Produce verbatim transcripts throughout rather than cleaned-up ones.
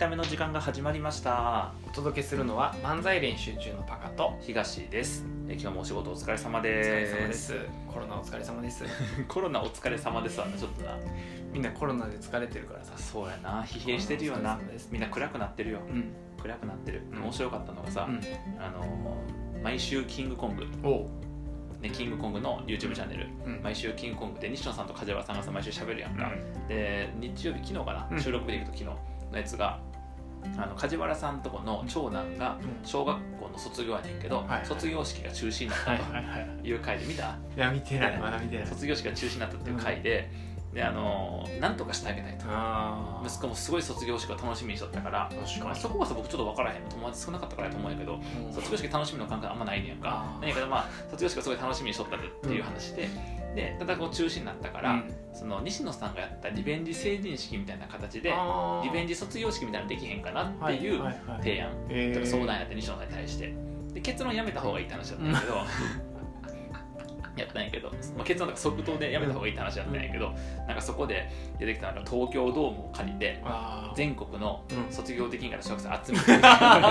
ための時間が始まりました。 お届けするのは漫才練習中のパカと東です。え今日もお仕事お疲れ様でお疲れす。 様です。コロナお疲れ様ですコロナお疲れ様ですわな、ちょっとな。 みんなコロナで疲れてるからさ。 そうやな、疲弊してるよな。みんな暗くなってるよ、うん、暗くなってる、うん、面白かったのがさ、うん、あの毎週キングコングおね、キングコングの YouTube チャンネル、うん、毎週キングコングで西野さんと梶原さんがさ毎週喋るやんか、うん、で日曜日昨日かな、うん、収録日でいくと昨日のやつがあの梶原さんとこの長男が小学校の卒業やねんけど、うんはいはい、卒業式が中止になったという回で見た？ いや見てない、まだ見てない。 卒業式が中止になったっていう回で、うん、であのなんとかしてあげたいと。息子もすごい卒業式を楽しみにしとったから、まあ、そこはさ僕ちょっと分からへん、友達少なかったからと思うんやけど、うん、卒業式楽しみの感覚あんまないねんか。何やけどまあ卒業式をすごい楽しみにしとったっていう話で、うん、でただこう中止になったから、うん、その西野さんがやったリベンジ成人式みたいな形でリベンジ卒業式みたいなのできへんかなっていう提案、とか相談やって西野さんに対して、で結論やめた方がいいって話だったんやけど、うんやったんやけど、まあ、結論なんか即答でやめた方がいいって話だったんやけど、うん、なんかそこで出てきたのが東京ドームを借りて全国の卒業できんから小学生集めて、うん、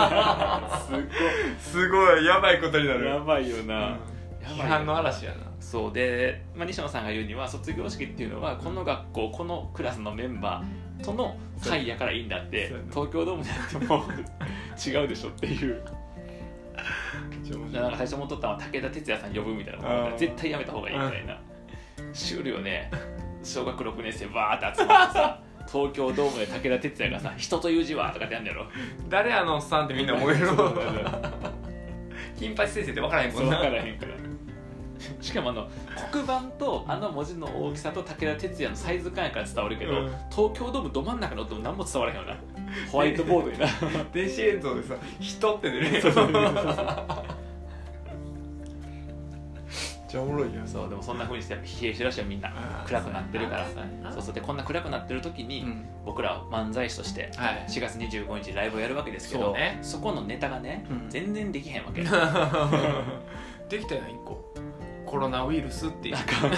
すごいすごいやばいことになる。やばいよな、うん、やばい批判の嵐やな。 そうで、まあ、西野さんが言うには卒業式っていうのはこの学校このクラスのメンバーとの会やからいいんだって、東京ドームでやっても違うでしょっていうなんか最初持っとったのは武田鉄矢さん呼ぶみたいな、絶対やめた方がいいみたいなシュールよね。小学ろくねん生バーって集まってさ東京ドームで武田鉄矢がさ人という字はとかってやんだやろ。 誰あのおっさんってみんな思えるの金八先生って分からへんもんな。 分からへんからしかもあの黒板とあの文字の大きさと武田鉄矢のサイズ感やから伝わるけど、うん、東京ドームど真ん中の音も何も伝わらへんよな。ホワイトボードにな電子映像でさ人って出る。めっちゃおもろいやん。 そうでもそんな風にしてやっぱ疲弊してるらしいよみんな。暗くなってるから。そうそうでこんな暗くなってる時に、うん、僕ら漫才師としてしがつにじゅうごにちライブをやるわけですけど、 そ,、ね、そこのネタがね、うん、全然できへんわけ。 できたよいっこ。コロナウイルスっていう。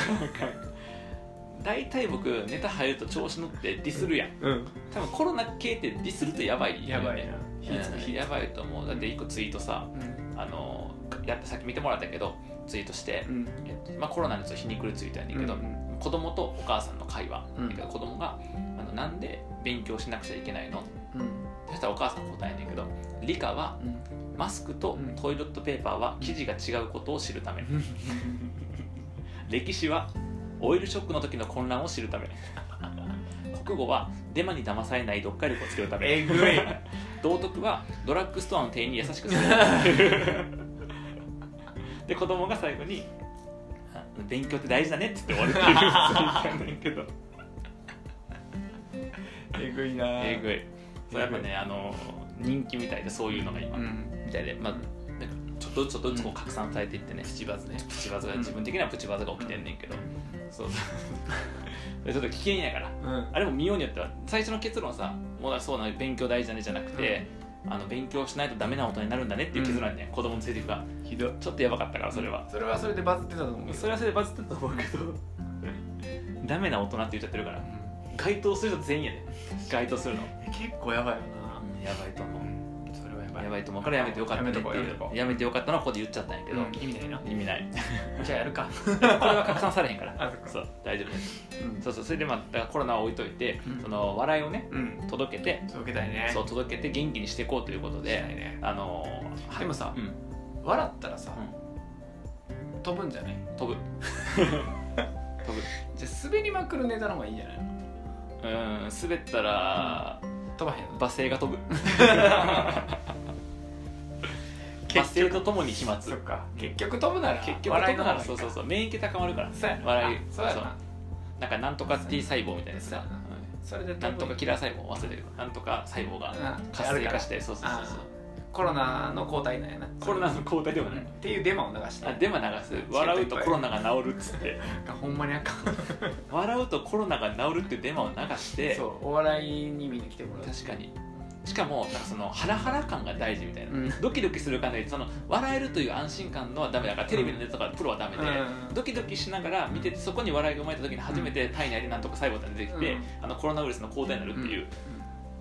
大体僕ネタ入ると調子乗ってディスるやん、うん、多分コロナ系ってディスるとやばいよね。 やばいな、 うん、やばいと思う。だっていっこツイートさ、うん、あのやってさっき見てもらったけどツイートして、うんえっとまあ、コロナの皮肉るツイートやねんけど、うん、子供とお母さんの会話、うん、子供があのなんで勉強しなくちゃいけないの、うん、そしたらお母さん答えやねんけど、理科は、うん、マスクとトイレットペーパーは生地が違うことを知るため、うん、歴史はオイルショックの時の混乱を知るため、国語はデマに騙されない読解力をつけるため、 えぐい道徳はドラッグストアの店員に優しくするで子供が最後に勉強って大事だねって言って終わるっていうツイートやねんけどえぐいな。 えぐい。そうやっぱねあの人気みたいでそういうのが今、うん、みたいで、まあちょっとずつちょっとずつこう拡散されていってね、うん、プチバズね、プチバズが自分的にはプチバズが起きてんねんけど、うん、そうそうちょっと危険やから、うん、あれも見ようによっては最初の結論さ、もうそうな勉強大事だねじゃなくて、うん、あの勉強しないとダメな大人になるんだねっていう結論やね、うん、子供の成績がひどいちょっとやばかったからそれは、 うん、それはそれでバズってたと思う。 それはそれでバズってたと思うけどダメな大人って言っちゃってるから、うん、該当する人全員やで該当するの結構やばいよな、 うん、やばいと思う。 それはやばいやばいと思うからやめてよかったねっていう、やめてよかったのはここで言っちゃったんやけど、うん、 意味ないな。 意味ないじゃあやるかこれは拡散されへんからあそっかそう大丈夫です、うん、そうそうそれでまあだからコロナを置いといて、うん、その笑いをね、うん、届けて届けたいね。そう届けて元気にしていこうということで、ね、あのー、でもさ、うん、笑ったらさ、うん、飛ぶんじゃない？ 飛ぶ飛ぶ。 じゃあ滑りまくるネタの方がいいんじゃないの？ うん滑ったら、うん、飛ばへんの？罵声が飛ぶ罵声とともに飛沫。 そっか結局飛ぶなら結局飛ぶならそうそうそう免疫高まるから。 そうやな笑いそうやな。 なんかなんとか T 細胞みたいなさ、 それでなんとかキラー細胞忘れてるなんとか細胞が活性化して、そうそうそうそうコロナの抗体なんやな。 コロナの抗体ではない、うん、 っていうデマを流して、 あデマ流す。笑うとコロナが治るっつってほんまにあかん笑うとコロナが治るっていうデマを流して、 そうお笑いに見に来てもらう。 確かに。しかもなんかそのハラハラ感が大事みたいな、うん、ドキドキする感でその笑えるという安心感のはダメだから、テレビのネタとかプロはダメで、うん、ドキドキしながら見ててそこに笑いが生まれた時に初めて体内でなんとか細胞が出てきて、うん、あのコロナウイルスの抗体になるっていう、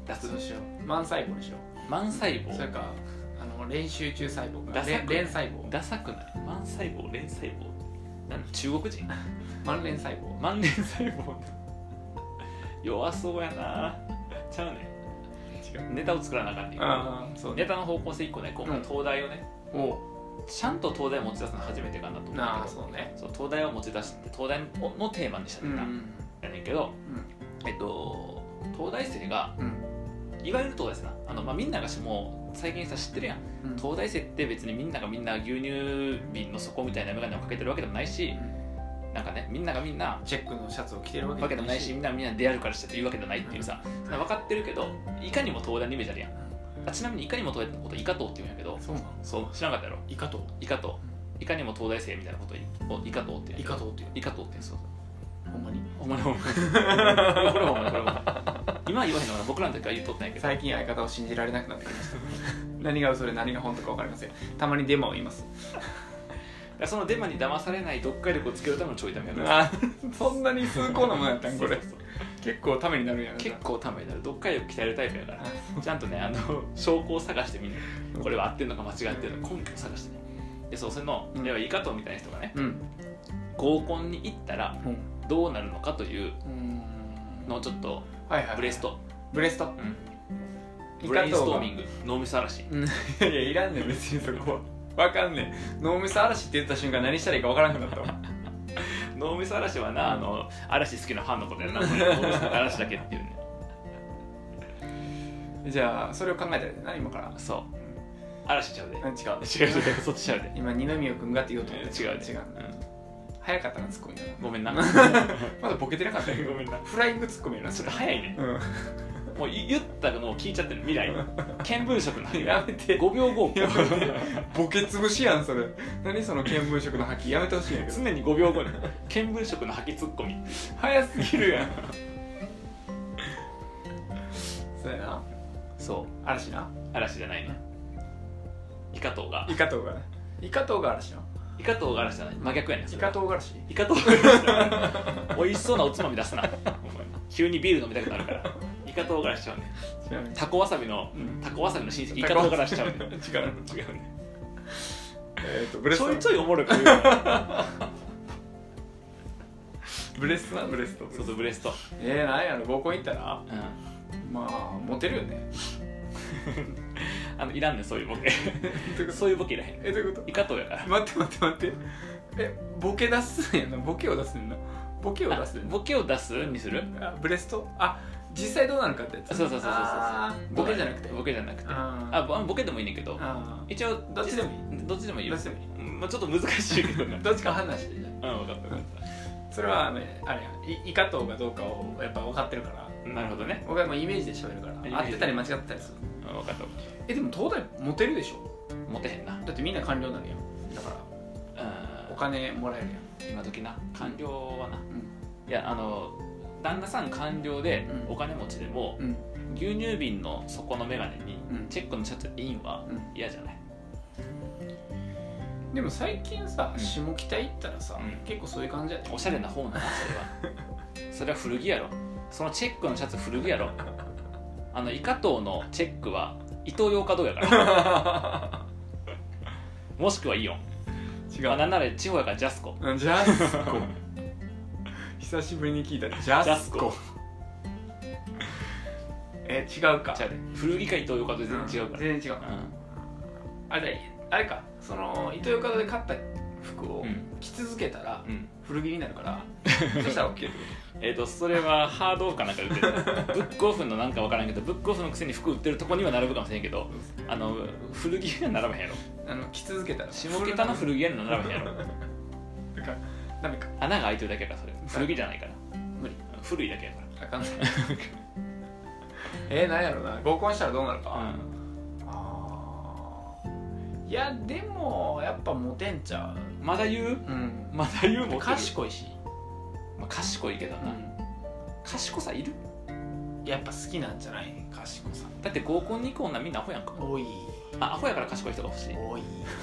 出す。 そうしよう。満細胞にしよう。 満細胞。 それかあの練習中細胞がダサくない連細胞。 ダサくない。満細胞連細胞。なん中国人。 満連細胞。 満連細胞。弱そうやな。ちゃうね。違う。ネタを作らなあかんねん。 ああ、そう、ね。 ネタの方向性いっこね、今回東大をね。 うん、おちゃんと東大を持ち出すの初めてかなと思うんだけど、 そうね、 そう東大を持ち出して東大のテーマにしたネタやねんけど、うん、えっと東大生が、うん、いわゆる東大生なあの、まあ、みんながもう最近さ知ってるやん、うん、東大生って別にみんながみんな牛乳瓶の底みたいな眼鏡をかけてるわけでもないし、うん、なんかねみんながみんなチェックのシャツを着てるわけでもないし、みんなみんな出歩くからしてというわけでもないっていうさ、うん、分かってるけどいかにも東大のイメージあるやん。あちなみにいかにも東大のことイカトって言うんやけど、 そうなの？ そう知らなかったやろ。 イカトイカト、うん、いかにも東大生みたいなことをイカトって言う。 イカトって言う。 イカトってそうそう。 ほんまに？ ほんまにほんまに。これほんまにこれほんまに。今は言わへんのか僕らの時は言っとったんやけど。 最近相方を信じられなくなってきました。何が嘘で何が本当か分かりません。たまにデマを言います。 そのデマに騙されない読解力をつけるためのちょいためやから。そんなに崇高なものやったんこれ。そうそうそう結構ためになるんやな。 結構ためになる。読解力鍛えるタイプやからちゃんとねあの証拠を探してみんなこれは合ってるのか間違ってるのか根拠を探してね。でそうそれの、うん、ではイカトみたいな人がね、うん、合コンに行ったらどうなるのかというのをちょっとブレストブレスト、 うん、ブレインストーミング脳みそ嵐、 うん、いやいやいらんねん別にそこは分かんねん。脳みそ嵐って言った瞬間何したらいいか分からなくなったわ。 脳みそ嵐はな、あの嵐好きなファンのことやな。脳みそ嵐だけっていうね。 じゃあそれを考えたらな今から。 そう嵐ちゃうで。違う違う違うそっちちゃうで。 今二宮君がって言おうと思って。 違う違う、うん、 早かったなツッコミだな。 ごめんな。 まだボケてなかったよ。ごめんな。フライングツッコミやな。 ちょっと早いね、うん、もう言ったのを聞いちゃってる未来見聞色の吐きやめてごびょうごボケつぶしやんそれ。何その見聞色の吐きやめてほしいんやけど。 常にごびょうごに見聞色の吐きツッコミ早すぎるやん。そうやな。 そう嵐な。 嵐じゃないね。イカトウがイカトウがイカトウが嵐な。 イカトウが嵐じゃない真逆やねん。 イカトウが嵐。 イカトウが嵐美味しそうなおつまみ出すな。急にビール飲みたくなるからイカトウがらしちゃうね。タコわさびの、うん、タコわさびの親戚イカトウがらしちゃうね。違う違うね。 えっとブレストちょいちょいおもろいこと言うから。 ブレストなブレスト。 そうそうブレスト。 えー、なんやろ合コン行ったら、うん、まあモテるよね。 あのいらんねんそういうボケ。そういうボケいらへん。 えどういうこと？ イカトウやから。 待って待って待って。えボケ出すんやな。ボケを出すんやな。ボケを出すボケを出すにする？ あブレスト？あ実際どうなるかってやつ。 そうそうそうそうそう。 ボケじゃなくてボケじゃなくてあボケでもいいねんけど一応どっちでもいい。 どっちでもいいよ。 どっちでもいい。 まあちょっと難しいけどどっちか判断してじゃん。 うん分かった分かった。 それはあのあれやイカトウがどうかをやっぱ分かってるから。 なるほどね。 僕はもうイメージで喋るから合ってたり間違ってたりする。 分かったえでも東大モテるでしょ。 モテへんな。 だってみんな官僚になるやん。だからお金もらえるやん今時な。官僚はな、いやあの旦那さん官僚でお金持ちでも、うん、牛乳瓶の底のメガネにチェックのシャツインは嫌じゃない、 うん、でも最近さ、うん、下北行ったらさ、うん、結構そういう感じやね。 おしゃれな方なのそれは。それは古着やろ。そのチェックのシャツ古着やろ。あのイカトウのチェックはイトーヨーカドーやから。もしくはイオン。 違う、 まあ、なんなら地方やからジャスコ。 ジャスコ。久しぶりに聞いたジャスコ。え違うか。 違うね。古着かイトーヨーカドー全然違うから。 全然違う。うん、あじゃああれか。そのイトーヨーカドーで買った服を着続けたら古着になるから、うん、そしたら OK ってこと。 えーとそれはハードオフかなんか売ってる。ブックオフのなんか分からんけどブックオフのくせに服売ってるとこには並ぶかもしれんけどあの古着には並べへんやろ。 あの着続けたら下桁の古着屋には並べへんやろ。 だからダメか。 穴が開いてるだけやからそれ古着じゃないから無理。 古いだけやからあかんない。えー、なんやろな合コンしたらどうなるか、うん、あいやでもやっぱモテんちゃう。まだ言う、うん、まだ言うも賢いし、 まあ、賢いけどな、うん、賢さいる？ やっぱ好きなんじゃない？賢さだって合コンに行く女みんなアホやんか。 多い。 あアホやから賢い人が欲しい。 多い。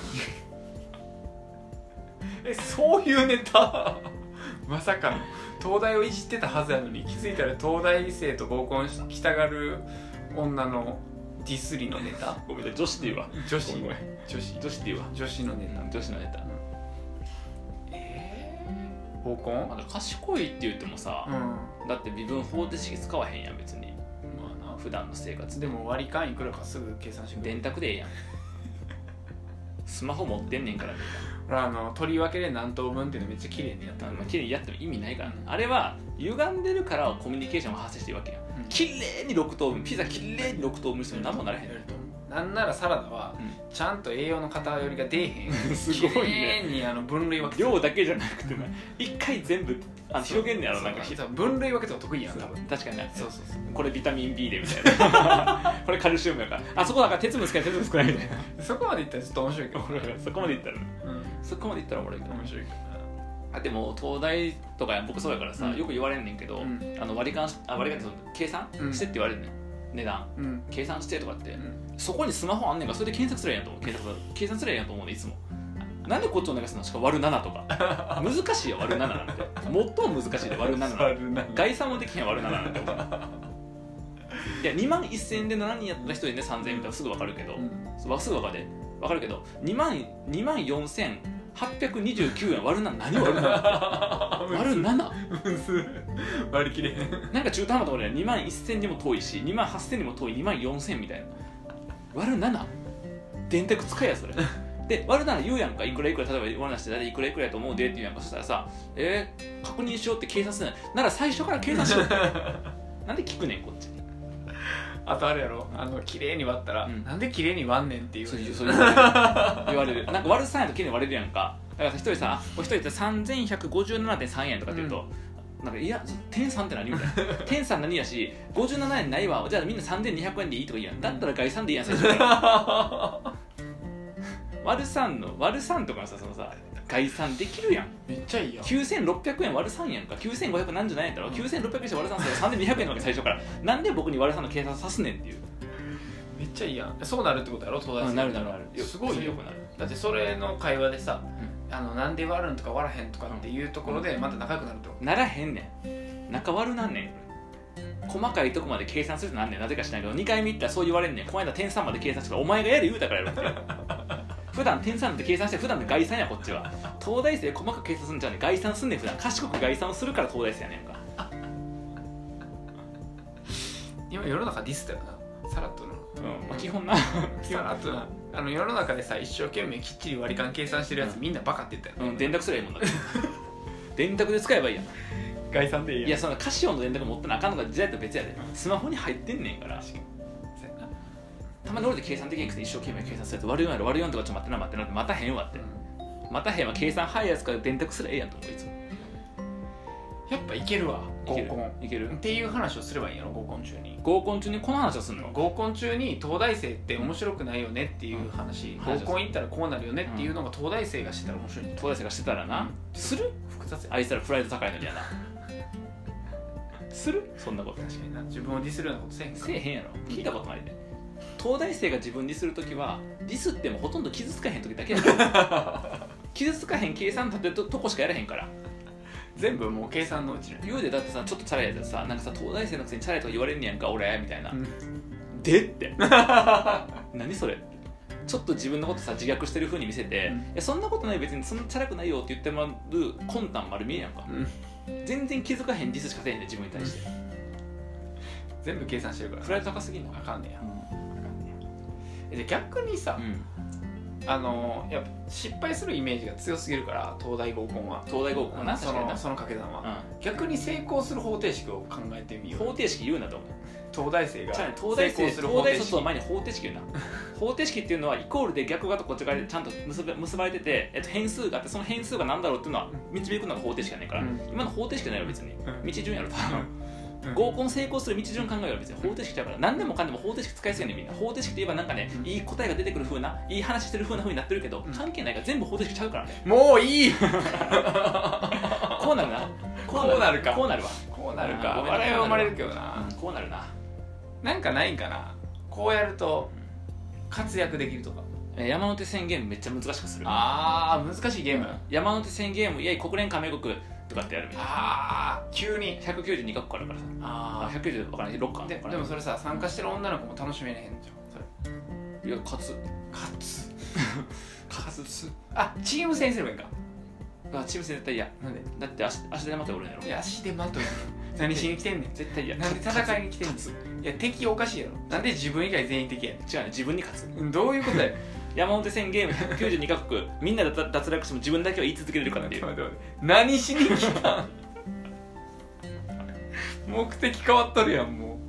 えそういうネタまさかの東大をいじってたはずやのに気づいたら東大生と合コンしたがる女のディスりのネタごめん女子って言うわ女子ごめん女子女子って言うわ女子のネタ、 うん、女子のネタ、うん、 えー、合コン、 まあ、賢いって言ってもさ、うん、だって微分方程式使わへんやん別に、まあな普段の生活でも割り勘いくらかすぐ計算してくれる。 電卓でええやんスマホ持ってんねんからみんなあの取り分けで何等分っていうのめっちゃ綺麗にやったまあ、綺麗にやっても意味ないからね、うん、あれは歪んでるからコミュニケーションが発生してるわけや、うん、綺麗にろく等分ピザ綺麗にろく等分しても何もならへん、うん、 なんならサラダはちゃんと栄養の偏りが出えへんすごいね綺麗にあの分類分け量だけじゃなくて一回全部あの広げんねやろなんか分類分けとか得意やん多分確かにねそうそうそうこれビタミン B でみたいなこれカルシウムやからあそこだから鉄分少ない鉄分少ないみたいなそこまでいったらちょっと面白いけどそこまでいったら、うん、そこまでいったらおもろいけど面白いけどあでも東大とか僕そうやからさ、うん、よく言われんねんけど、うん、あの割り勘あ割り勘って計算、うん、してって言われるねん値段、うん、計算してとかって、うん、そこにスマホあんねんからそれで検索すればいいやんと思う検索計算すればいいやんと思うねいつもなんでこっちお願いするのしか割るななとか難しいよ割るなななんて最も難しいで割るなな概算もできへん割るなななんていやにまんせんえんでななにんやったらひとりでさんぜんえんみたいなすぐ分かるけど、うん、すぐ分かるで分かるけどにまんよんせんはっぴゃくにじゅうきゅうえん割るな何割るな割るなな割り切れへんなんか中途半端なところでにまんせんにも遠いしにまんはっせんにも遠いにまんよんせんみたいな割るなな電卓使えやそれで割るなら言うやんかいくらいくら例えば割るなしていくらいくらやと思うでって言うやんかそしたらさえー、確認しようって計算するなら最初から計算しようってなんで聞くねんこっちにあとあれやろあの綺麗に割ったら、うん、なんで綺麗に割んねんっていうそうそう言われるなんか割るさんやと綺麗に割れるやんかだから一人さ一人ってさんぜんひゃくごじゅうななてんさんえんとかって言うと、うん、なんかいや点さんって何みたいな点さん何やしごじゅうななえんないわじゃあみんなさんぜんにひゃくえんでいいとか言うやんだったら概算でいいやん最初から割るさんの割るさんとかのさそのさ概算できるやんめっちゃいいやんきゅうせんろっぴゃくえん割るさんやんかきゅうせんごひゃくなんじゃないんだろ、うん、きゅうせんろっぴゃくえんして割るさんさんぜんにひゃくえんのわけ最初からなんで僕に割るさんの計算さすねんっていうめっちゃいいやんそうなるってことやろ東大生なるなるなるすごいよくなるだってそれの会話でさ、うん、あのなんで割るんとか割らへんとかっていうところでまた仲良くなるってことならへんねん仲悪なんねん細かいとこまで計算するとなんねんなぜかしないけどにかいめ行ったらそう言われんねんこの間点さんまで計算してお前がやる言うたからやるって普段点さんって計算して普段で概算やこっちは東大生細かく計算するんじゃね概算すんねん普段賢く概算をするから東大生やねんか今世の中ディスだよなさらっとのうんまあ、基本なさらっとなあの世の中でさ一生懸命きっちり割り勘計算してるやつ、うん、みんなバカって言ったよね、 うん、電卓すればいいもんだって電卓で使えばいいやん概算でいいやんいやそのカシオの電卓持ってなあかんのか時代と別やで、うん、スマホに入ってんねんからたまに俺で計算できなくて一生懸命計算するやつ割るよんやろ割るよんとかちょっと待ってな待ってなってまたへんわって、うん、またへんは計算早いやつから電卓すらええやんと思ういつもやっぱいけるわ合コンいけるっていう話をすればいいんやろ合コン中に合コン中にこの話をするの合コン中に東大生って面白くないよねっていう話、うん、合コン行ったらこうなるよねっていうのが東大生がしてたら面白い、 東大生がしてたらな、うん、する複雑やあいつらプライド高いのにやなするそんなこと確かにな自分をディスるようなことせえへんせえへんやろ聞いたことないで東大生が自分ディスるときはディスってもほとんど傷つかへんときだけやから傷つかへん計算立てるとこしかやらへんから全部もう計算のうち言うでだってさちょっとチャラいやつさなんかさ東大生のくせにチャラいとか言われんねやんか俺みたいな、うん、でって何それちょっと自分のことさ自虐してる風に見せて、うん、いやそんなことない別にそんなチャラくないよって言ってもらう魂胆丸見えやんか、うん、全然気づかへんディスしかせえへんね自分に対して、うん、 全部計算してるからプライド高すぎんのあかんねや、うん、あかんねやで逆にさ、うんあのやっぱ失敗するイメージが強すぎるから東大合コンは東大合コンはなそのその掛け算は、うん、逆に成功する方程式を考えてみよう方程式言うなと思う東大生が成功する方程式東大卒の前に方程式言うな方程式っていうのはイコールで逆側とこっち側でちゃんと結ば、結ばれてて、えっと、変数があってその変数が何だろうっていうのは導くのが方程式やねんから、うん、今の方程式じゃないよ別に、うん、道順やろ多分、うん、合コン成功する道順考えよう別に方程式ちゃうから何でもかんでも方程式使いすぎねみんな方程式って言えばなんかね、うん、いい答えが出てくる風ないい話してる風な風になってるけど、うん、関係ないから全部方程式ちゃうからねもういいこうなるなこうなるかこうなるわこうなるか笑いは生まれるけどな、 うん、こうなるななんかないんかなこうやると活躍できるとか山手線ゲームめっちゃ難しくするあー難しいゲーム、うん、 山手線ゲームいや国連加盟国とかってやるみたいな。 ああ急にひゃくきゅうじゅうにカ国あるからさ。ああひゃくきゅうじゅう分からないろっかででもそれさ参加してる女の子も楽しめねへんじゃんそれ。 いや勝つ勝つ勝つあチーム戦すればいいか。 あチーム戦絶対嫌。 なんでだって足足で待っておるんやろ。 いや足で待っとる何しに来てんねん。 絶対嫌。 なんで戦いに来てんねん。いや敵おかしいやろ。なんで自分以外全員敵やねん。 違うね自分に勝つ。 どういうことだよ。 山手線ゲームひゃくきゅうじゅうにカ国みんなで脱落しても自分だけは言い続けれるかっていう。 何しに来たん目的変わっとるやんも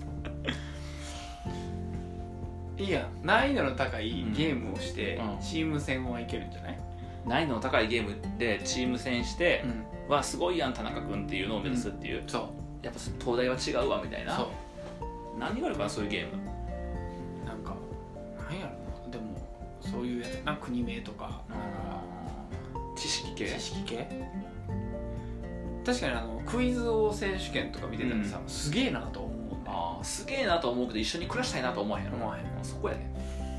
う。いいやん難易度の高いゲームをして、うん、チーム戦はいけるんじゃない。 難易度の高いゲームでチーム戦して、うん、わすごいやん田中君っていうのを目指すっていう、うん、 そうやっぱ東大は違うわみたいな。そう何があるかなそういうゲーム。 なんか何やろなでもそういうやつな国名とかなんか知識系知識系確かにあのクイズ王選手権とか見てたらさ、うん、すげえなと思う、ね、 ああすげえなと思うけど一緒に暮らしたいなと思わへんの。 思わへんそこやね。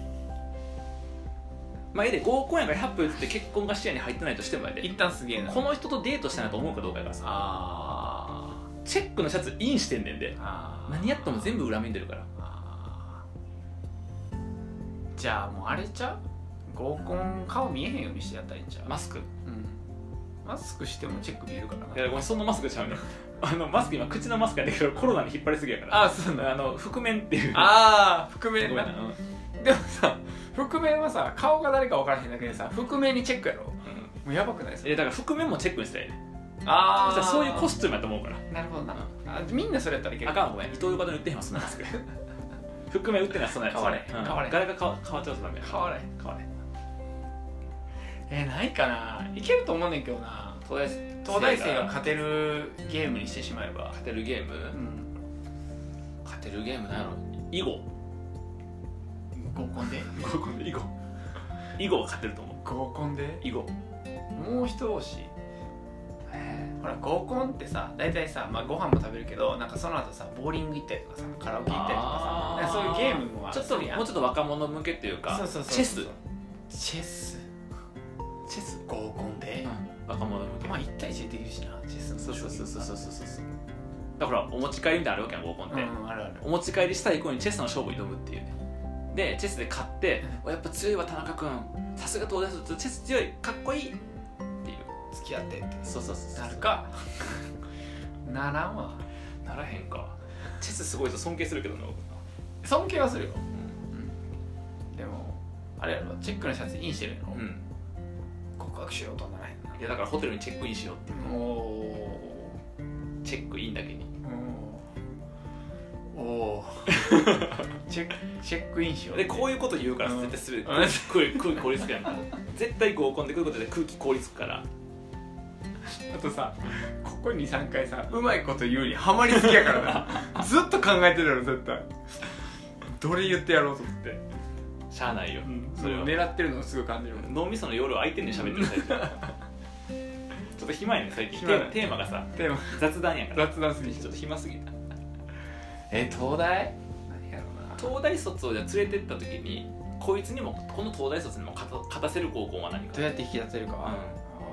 まあええで合コンやからひゃっぷん言って結婚が視野に入ってないとしてもやで一旦すげえなこの人とデートしたいなと思うかどうかやからさ。あチェックのシャツインしてんねんで何やっても全部裏面出るから。 あじゃあもうあれちゃう合コン顔見えへんようにしてやったらいいんちゃう。 マスク、うん、 マスクしてもチェック見えるからな。 いやごめんそんなマスクちゃうねんあのマスク今口のマスクやねんけどコロナに引っ張りすぎやからあそうなんあの覆面っていうああ覆面な、うん、でもさ覆面はさ顔が誰か分からへんだけでさ覆面にチェックやろ、うん、もうやばくないですか。 いやだから覆面もチェックにしたらいいね。 ああそういうコスチュームやと思うから。 なるほどな、うん、あみんなそれやったらいける。 あかんごめん伊藤洋華堂に売ってへんわそんなマスク覆面売ってないそんなやつ変われ変われ柄が変わっちゃうとダメや。 変われ変われえー、ないかないけると思うねんけどな。東大東大生が勝てるゲームにしてしまえば。 勝てるゲーム、うん、勝てるゲームなんやろ。囲碁合コンで合コンで囲碁囲碁は勝てると思う。 合コンで囲碁もう一押しほら合コンってさ大体さ、まあ、ご飯も食べるけどなんかその後さボーリング行ったりとかさカラオケ行ったりとかさそういうゲームもあるちょっともうちょっと若者向けっていうかそうそうそうチェスチェスチェス合コンで、 うん、若者向けまあいち対いちでできるしなチェスのそうそうそうそうそうそうだからお持ち帰りみたいなのあるわけやん合コンって、 うん、あるあるお持ち帰りしたい子にチェスの勝負挑むっていうね。でチェスで勝って、うん、やっぱ強いわ田中君さすが東大卒チェス強いかっこいいっていう付き合ってってそうそうそうなるかならんわならへんかチェスすごいと尊敬するけどな尊敬はするよ、うん、でもあれやろチェックのシャツインしてるの、うん、告白しようとはならへんな。 いやだからホテルにチェックインしようっていうおチェックインだけにおおチェックチェックインしようでこういうこと言うから絶対すべて空気凍りつくやんか絶対合コンで来ることで空気凍りつくからあとさここ にさんかいさうまいこと言うにハマりつきやからなずっと考えてるやろ絶対どれ言ってやろうと思ってしゃあないよ、うん、 それを狙ってるのをすぐ感じる脳みその夜を相手に喋ってる最中ちょっと暇やね最近テーマがさテーマ雑談やから雑談すぎちょっと暇すぎたえ東大何やろうな東大卒をじゃ連れてった時にこいつにもこの東大卒にも勝た、勝たせる高校は何かどうやって引き出せるか、うん、うわ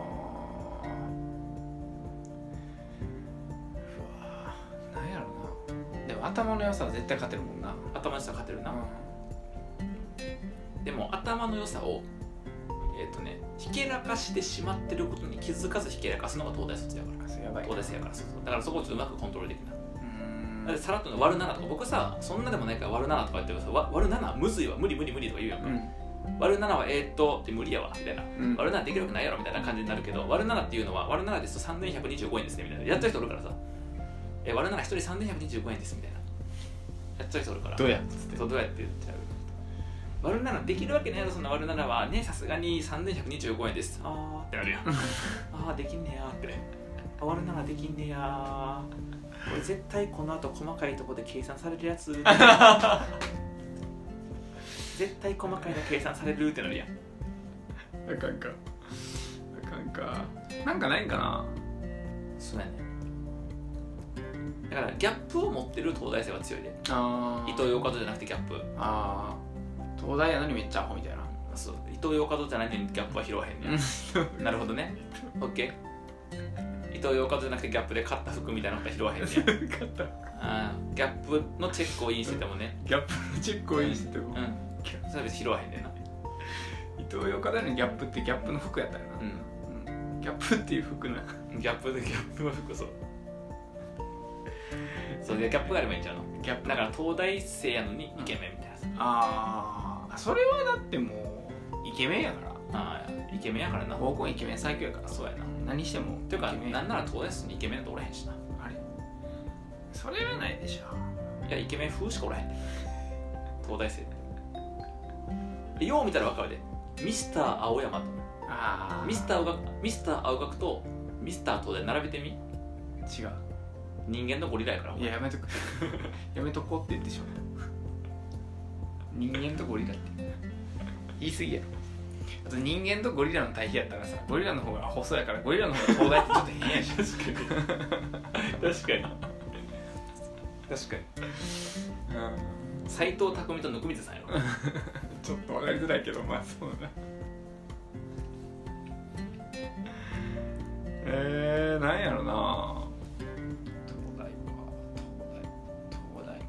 何やろうなでも頭の良さは絶対勝てるもんな頭の良さ勝てるな、うん、でも頭の良さをえっ、ー、とねひけらかしてしまってることに気づかずひけらかすのが東大卒やからやばい東大生やからそうそうだからそこをちょっとうまくコントロールできないだってさらっとの割るななとか僕さそんなでもないから割るななとか言ってるけど割るななむずいわ無理無理無理とか言うやんか、うん、割るななはえー、っとって無理やわみたいな、うん、割るななできるわけないやろみたいな感じになるけど割るななっていうのは割るななですとさんぜんひゃくにじゅうごえんですねみたいなやっちゃう人おるからさえ割るななひとりさんぜんひゃくにじゅうごえんですみたいなやっちゃう人おるからどうやっつってそうどうやって言っちゃう割るななできるわけないやろそんな割るななはねさすがにさんぜんひゃくにじゅうごえんですあーってなるやんあーできんねやーってね割るならできんねやこれ絶対この後細かいとこで計算されるやつ絶対細かいの計算されるってなるやんあかんかあかんかなんかないんかなそうやねだからギャップを持ってる東大生は強いであ伊東洋華堂じゃなくてギャップああ東大やのにめっちゃアホみたいなそう伊東洋華堂じゃないのにギャップは拾わへんねんなるほどね OK 伊イトーヨーカドーじゃなくてギャップで買った服みたいなのが拾わへんねん買ったあギャップのチェックをインしててもねギャップのチェックをインしてても、うん、 それは別に拾わへんねんなイトーヨーカドーのギャップってギャップの服やったよな、うんうん、ギャップっていう服なギャップでギャップの服そうそうでギャップがあればいいんちゃうのギャップだから東大生やのにイケメンみたいなさ、うん、 ああそれはだってもうイケメンやからああイケメンやからな合コンイケメン最強やからそうやな何してもていうかなんなら東大生にイケメンとおらへんしなあれそれはないでしょいやイケメン風しかおらへん東大生でよう見たら分かるでミスター青山とあミスター青学ミスター青学とミスター東大並べてみ違う人間のゴリラやからいややめとくやめとこうって言ってしまった人間とゴリラって言い過ぎやろあと人間とゴリラの対比やったらさゴリラの方が細やからゴリラの方が東大ってちょっと変やし確かに確かに確かに斎藤工と温水さんやろちょっと分かりづらいけどまあそうだえー、なんやろな東大か東大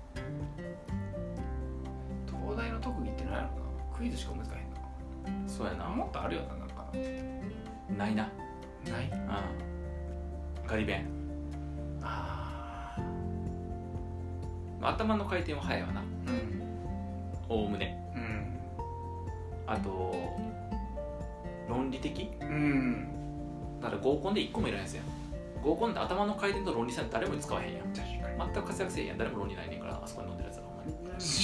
東大東大の特技ってなんやろなクイズしか難しいなそうやなもっとあるよななんかないなないああガリ弁ああ頭の回転は早いわなおおむねうんあと論理的うんだから合コンでいっこもいらないですよ合コンって頭の回転と論理性誰も使わへんやん確かに全く活躍せえへんやん誰も論理ないねんからあそこに飲んでるやつらほんまに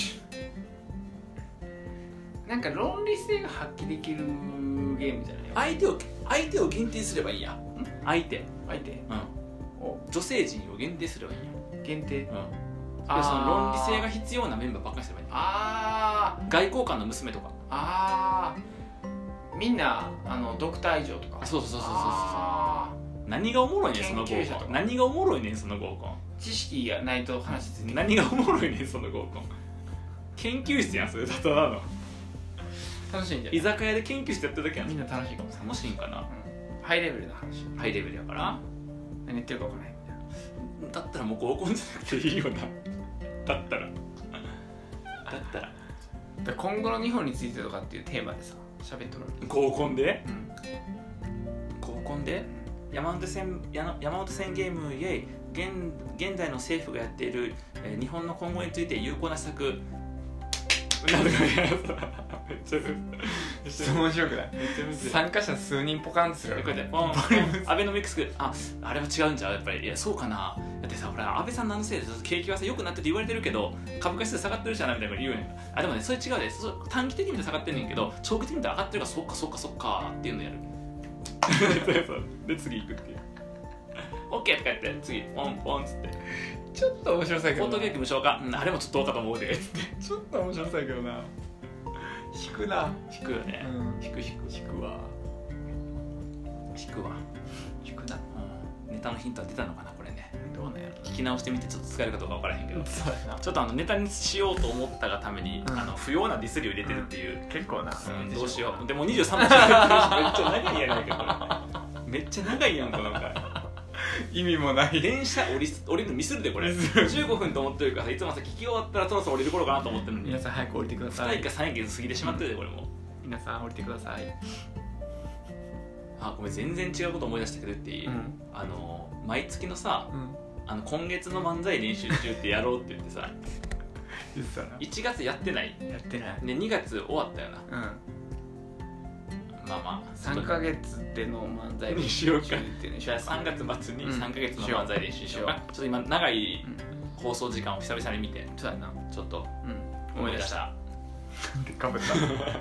なんか論理性が発揮できるゲームじゃない相手を相手を限定すればいいやん相手相手うんお女性陣を限定すればいいやん限定うんあその論理性が必要なメンバーばっかりすればいいあ外交官の娘とかああみんなあのドクター以上とかそうそうそうそうそうそう何がおもろいねんその合コン何がおもろいねんその合コン知識がないと話ついて何がおもろいねんその合コン研究室やんそれただの楽しいんじゃない居酒屋で研究室やってるだけやんみんな楽しいかもしれない楽しいんかな、 うん、ハイレベルな話ハイレベルやから何言ってるか分からないみたいなだったらもう合コンじゃなくていいよなだったらだったらだ今後の日本についてとかっていうテーマでさ喋ってもらう合コンで、 うん、 合コンで山手線山手線ゲームイエイ 現, 現在の政府がやっている、えー、日本の今後について有効な施策なんとかやるめっちゃ面白くない参加者数人ポカンとするこうやってポンアベノミクスああれは違うんちゃうやっぱりいやそうかなだってさほら安倍さんのあのせいで景気はさ良くなってって言われてるけど株価指数下がってるじゃないみたいなこと言うねんあでもねそれ違うでそ短期的に見て下がってんねんけど長期的に見て上がってるからそっかそっかそっかっていうのやるで次行くっていうオッケーとか言って次ポンポンっつってちょっと面白そうやけどフォトケーキ無償化、うん、あれもちょっとどうかと思うでちょっと面白そうやけどな引くな引くよね、うん、引く引く引くわ引くわ引くな、 うん、ネタのヒントは出たのかなこれねどうなんやろ聞き直してみてちょっと使えるかどうか分からへんけどそうやなちょっとあのネタにしようと思ったがために、うん、あの不要なディスりを入れてるっていう、 うん、結構な、 うん、どうしようでもにじゅうさん文字めっちゃ長いやないかこれめっちゃ長いやんこの回意味もない電車降り降りるのミスるでこれじゅうごふんと思ってるからいつもさ聞き終わったらそろそろ降りる頃かなと思ってるのに皆さん早く降りてくださいにかさんえき過ぎてしまってるでこれも皆さん降りてくださいあごめん全然違うこと思い出してくれっていい、うん、あの毎月のさ、うん、あの今月の漫才練習中ってやろうって言ってさいちがつやってないやってないでにがつ終わったよなうんまあまあさんかげつでの漫才練習中っていうのにさんがつ末にさんかげつの漫才練習しようか、うん、ちょっと今長い放送時間を久々に見てそうやなちょっと思い出した、 なんでかぶった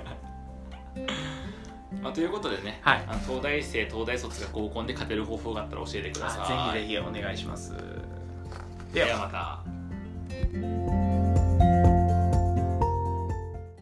まあ、ということでね、はい、あの東大生東大卒が合コンで勝てる方法があったら教えてください。 ぜひぜひお願いします。 ではまた。